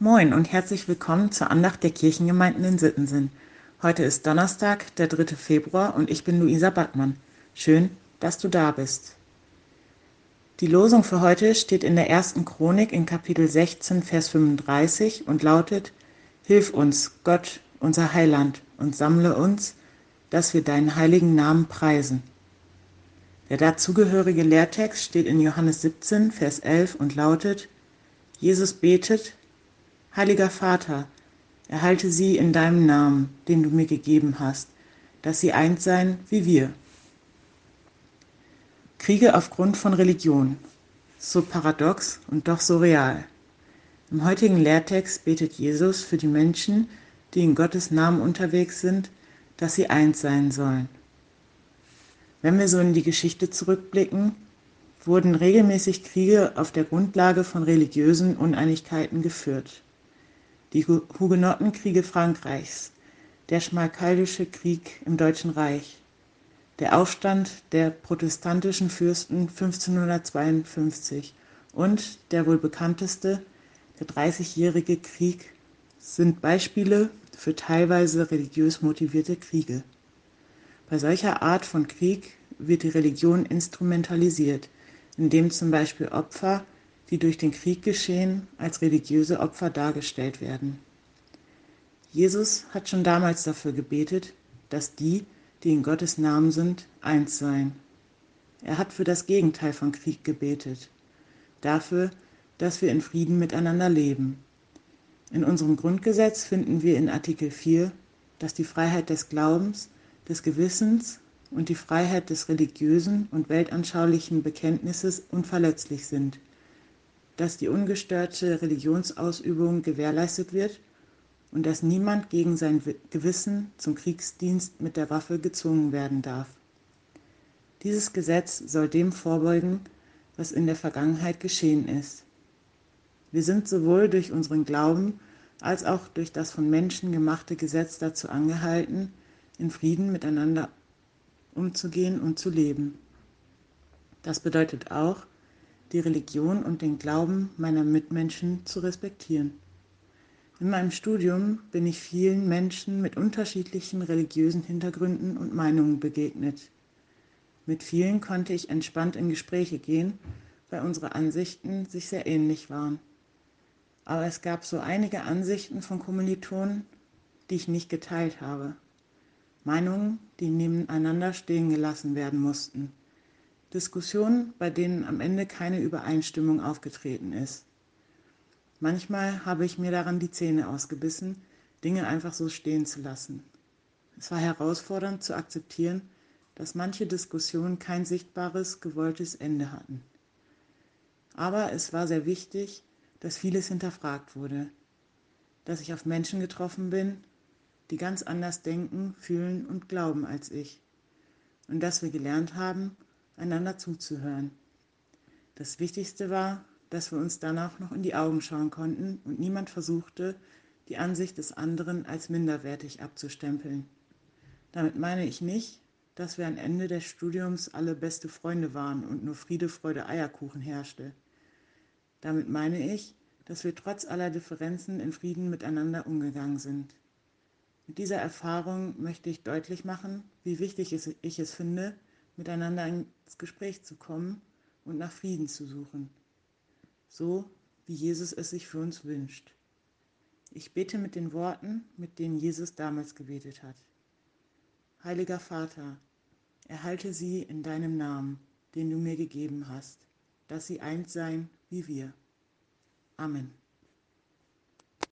Moin und herzlich willkommen zur Andacht der Kirchengemeinden in Sittensen. Heute ist Donnerstag, der 3. Februar und ich bin Luisa Backmann. Schön, dass du da bist. Die Losung für heute steht in der 1. Chronik in Kapitel 16, Vers 35 und lautet: Hilf uns, Gott, unser Heiland, und sammle uns, dass wir deinen heiligen Namen preisen. Der dazugehörige Lehrtext steht in Johannes 17, Vers 11 und lautet: Jesus betet: Heiliger Vater, erhalte sie in deinem Namen, den du mir gegeben hast, dass sie eins seien wie wir. Kriege aufgrund von Religion. So paradox und doch so real. Im heutigen Lehrtext betet Jesus für die Menschen, die in Gottes Namen unterwegs sind, dass sie eins sein sollen. Wenn wir so in die Geschichte zurückblicken, wurden regelmäßig Kriege auf der Grundlage von religiösen Uneinigkeiten geführt. Die Hugenottenkriege Frankreichs, der Schmalkaldische Krieg im Deutschen Reich, der Aufstand der protestantischen Fürsten 1552 und der wohl bekannteste, der Dreißigjährige Krieg, sind Beispiele für teilweise religiös motivierte Kriege. Bei solcher Art von Krieg wird die Religion instrumentalisiert, indem zum Beispiel Opfer, die durch den Krieg geschehen, als religiöse Opfer dargestellt werden. Jesus hat schon damals dafür gebetet, dass die in Gottes Namen sind, eins seien. Er hat für das Gegenteil von Krieg gebetet, dafür, dass wir in Frieden miteinander leben. In unserem Grundgesetz finden wir in Artikel 4, dass die Freiheit des Glaubens, des Gewissens und die Freiheit des religiösen und weltanschaulichen Bekenntnisses unverletzlich sind, dass die ungestörte Religionsausübung gewährleistet wird und dass niemand gegen sein Gewissen zum Kriegsdienst mit der Waffe gezwungen werden darf. Dieses Gesetz soll dem vorbeugen, was in der Vergangenheit geschehen ist. Wir sind sowohl durch unseren Glauben als auch durch das von Menschen gemachte Gesetz dazu angehalten, in Frieden miteinander umzugehen und zu leben. Das bedeutet auch, die Religion und den Glauben meiner Mitmenschen zu respektieren. In meinem Studium bin ich vielen Menschen mit unterschiedlichen religiösen Hintergründen und Meinungen begegnet. Mit vielen konnte ich entspannt in Gespräche gehen, weil unsere Ansichten sich sehr ähnlich waren. Aber es gab so einige Ansichten von Kommilitonen, die ich nicht geteilt habe. Meinungen, die nebeneinander stehen gelassen werden mussten. Diskussionen, bei denen am Ende keine Übereinstimmung aufgetreten ist. Manchmal habe ich mir daran die Zähne ausgebissen, Dinge einfach so stehen zu lassen. Es war herausfordernd zu akzeptieren, dass manche Diskussionen kein sichtbares, gewolltes Ende hatten. Aber es war sehr wichtig, dass vieles hinterfragt wurde, dass ich auf Menschen getroffen bin, die ganz anders denken, fühlen und glauben als ich, und dass wir gelernt haben, einander zuzuhören. Das Wichtigste war, dass wir uns danach noch in die Augen schauen konnten und niemand versuchte, die Ansicht des anderen als minderwertig abzustempeln. Damit meine ich nicht, dass wir am Ende des Studiums alle beste Freunde waren und nur Friede, Freude, Eierkuchen herrschte. Damit meine ich, dass wir trotz aller Differenzen in Frieden miteinander umgegangen sind. Mit dieser Erfahrung möchte ich deutlich machen, wie wichtig ich es finde, miteinander ins Gespräch zu kommen und nach Frieden zu suchen. So, wie Jesus es sich für uns wünscht. Ich bete mit den Worten, mit denen Jesus damals gebetet hat. Heiliger Vater, erhalte sie in deinem Namen, den du mir gegeben hast, dass sie eins seien wie wir. Amen.